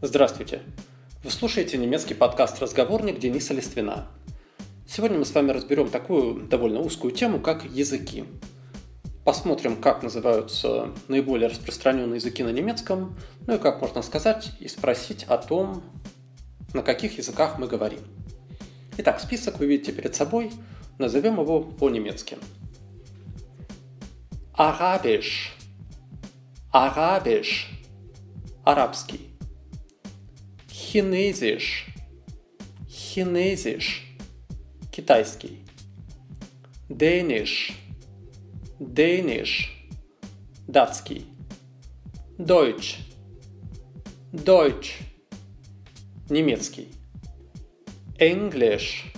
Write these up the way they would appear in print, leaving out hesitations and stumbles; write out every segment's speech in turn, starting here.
Здравствуйте! Вы слушаете немецкий подкаст «Разговорник» Дениса Листвина. Сегодня мы с вами разберем такую довольно узкую тему, как языки. Посмотрим, как называются наиболее распространенные языки на немецком, ну и как можно сказать и спросить о том, на каких языках мы говорим. Итак, список вы видите перед собой, назовем его по-немецки. Arabisch, арабский. Chinesisch, китайский. Dänisch, датский. Deutsch, немецкий. English,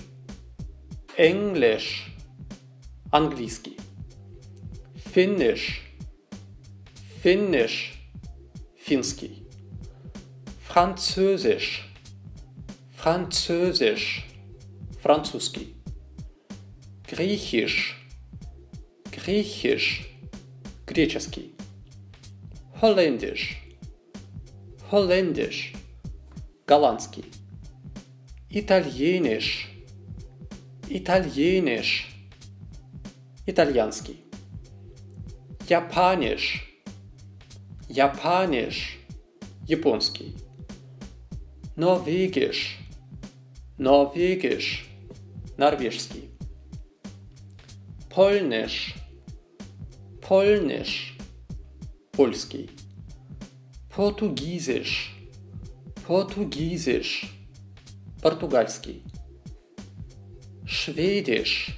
английский. Finnish, финский. Französisch, французский. Griechisch, греческий. Holländisch, голландский. Italienisch, итальянский. Japanisch, японский. Norwegisch, норвежский. Polnisch, польский. Portugiesisch, португальский. Schwedisch,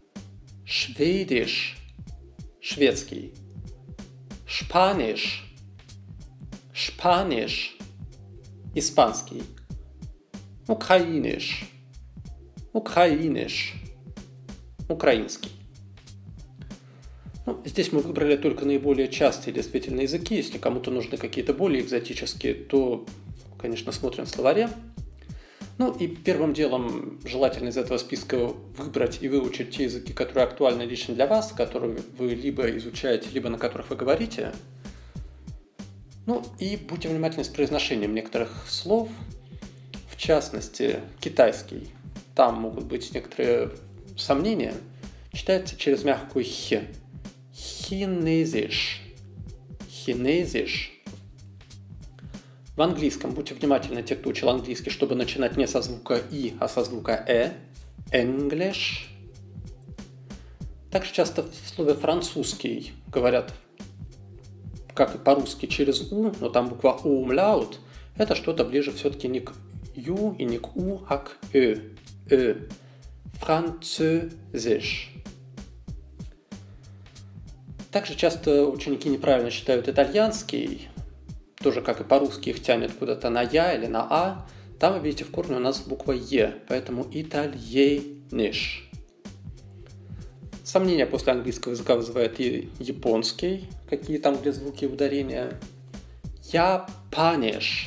шведский. Spanish, испанский. Ukrainisch, украинский. Здесь мы выбрали только наиболее частые действительно языки. Если кому-то нужны какие-то более экзотические, то, конечно, смотрим в словаре. И первым делом желательно из этого списка выбрать и выучить те языки, которые актуальны лично для вас, которые вы либо изучаете, либо на которых вы говорите. И будьте внимательны с произношением некоторых слов, в частности, китайский. Там могут быть некоторые сомнения. Читается через мягкую «х». Chinesisch. В английском будьте внимательны, те, кто учил английский, чтобы начинать не со звука «и», а со звука «э». English. Также часто в слове «французский» говорят, как и по-русски, через «у», но там буква «умляут». Это что-то ближе все-таки не к «ю» и не к «у», а к «ö». Französisch. Также часто ученики неправильно считают итальянский, тоже как и по-русски их тянет куда-то на «я» или на «а». Там, вы видите, в корне у нас буква «е», поэтому Italienisch. Сомнения после английского языка вызывает и японский, какие там где звуки и ударения. Japanisch.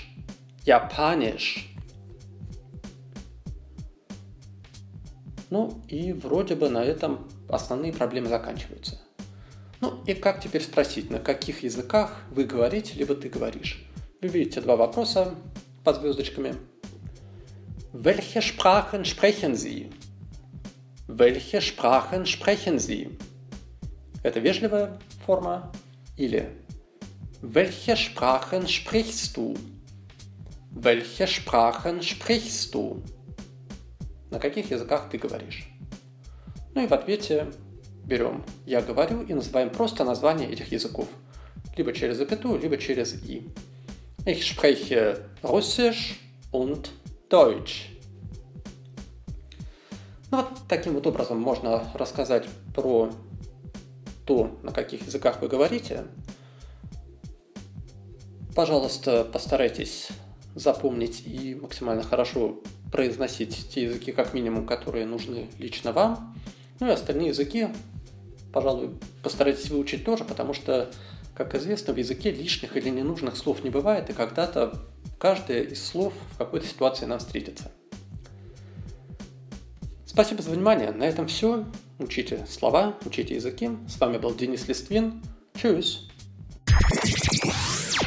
И вроде бы на этом основные проблемы заканчиваются. И как теперь спросить, на каких языках вы говорите, либо ты говоришь? Вы видите два вопроса под звездочками. Welche Sprachen sprechen Sie? Это вежливая форма. Или Welche Sprachen sprichst du? На каких языках ты говоришь? И в ответе берем «я говорю» и называем просто название этих языков. Либо через запятую, либо через «и». Ich spreche Russisch und Deutsch. Таким вот образом можно рассказать про то, на каких языках вы говорите. Пожалуйста, постарайтесь запомнить и максимально хорошо произносить те языки, как минимум, которые нужны лично вам. И остальные языки, пожалуй, постарайтесь выучить тоже, потому что, как известно, в языке лишних или ненужных слов не бывает, и когда-то каждое из слов в какой-то ситуации нам встретится. Спасибо за внимание. На этом все. Учите слова, учите языки. С вами был Денис Листвин. Tschüss.